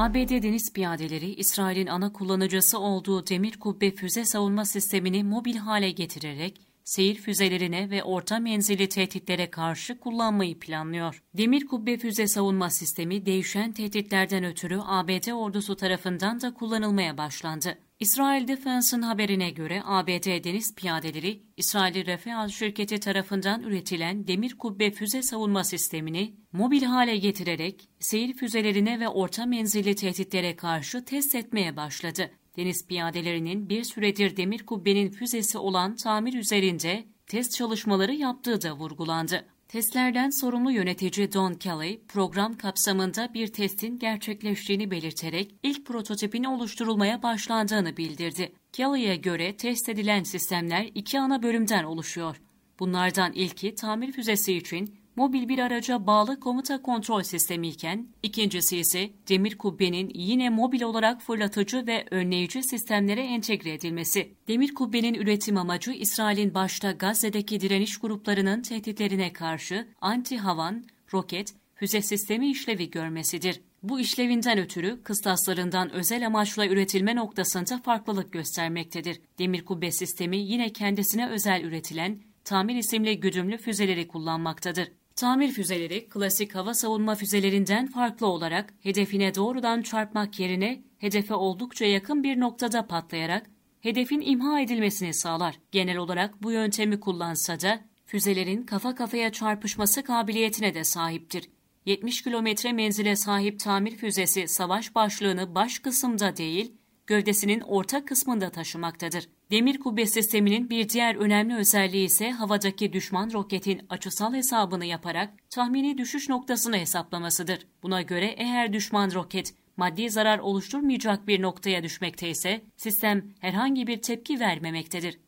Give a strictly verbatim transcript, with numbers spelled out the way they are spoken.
A B D Deniz Piyadeleri, İsrail'in ana kullanıcısı olduğu Demir Kubbe füze savunma sistemini mobil hale getirerek seyir füzelerine ve orta menzilli tehditlere karşı kullanmayı planlıyor. Demir Kubbe füze savunma sistemi değişen tehditlerden ötürü A B D ordusu tarafından da kullanılmaya başlandı. İsrail Defense'ın haberine göre A B D Deniz Piyadeleri, İsrail Rafael şirketi tarafından üretilen Demir Kubbe füze savunma sistemini mobil hale getirerek seyir füzelerine ve orta menzilli tehditlere karşı test etmeye başladı. Deniz piyadelerinin bir süredir Demir Kubbe'nin füzesi olan tamir üzerinde test çalışmaları yaptığı da vurgulandı. Testlerden sorumlu yönetici Don Kelly, program kapsamında bir testin gerçekleştiğini belirterek ilk prototipin oluşturulmaya başlandığını bildirdi. Kelly'e göre test edilen sistemler iki ana bölümden oluşuyor. Bunlardan ilki tamir füzesi için mobil bir araca bağlı komuta kontrol sistemi iken, ikincisi ise Demir Kubbe'nin yine mobil olarak fırlatıcı ve önleyici sistemlere entegre edilmesi. Demir Kubbe'nin üretim amacı İsrail'in başta Gazze'deki direniş gruplarının tehditlerine karşı anti-havan, roket, füze sistemi işlevi görmesidir. Bu işlevinden ötürü kıstaslarından özel amaçla üretilme noktasında farklılık göstermektedir. Demir Kubbe sistemi yine kendisine özel üretilen Tamir isimli güdümlü füzeleri kullanmaktadır. Tamir füzeleri, klasik hava savunma füzelerinden farklı olarak hedefine doğrudan çarpmak yerine hedefe oldukça yakın bir noktada patlayarak hedefin imha edilmesini sağlar. Genel olarak bu yöntemi kullansa da füzelerin kafa kafaya çarpışması kabiliyetine de sahiptir. yetmiş kilometre menzile sahip tamir füzesi savaş başlığını baş kısımda değil, gövdesinin orta kısmında taşımaktadır. Demir Kubbe sisteminin bir diğer önemli özelliği ise havadaki düşman roketin açısal hesabını yaparak tahmini düşüş noktasını hesaplamasıdır. Buna göre eğer düşman roket maddi zarar oluşturmayacak bir noktaya düşmekte ise sistem herhangi bir tepki vermemektedir.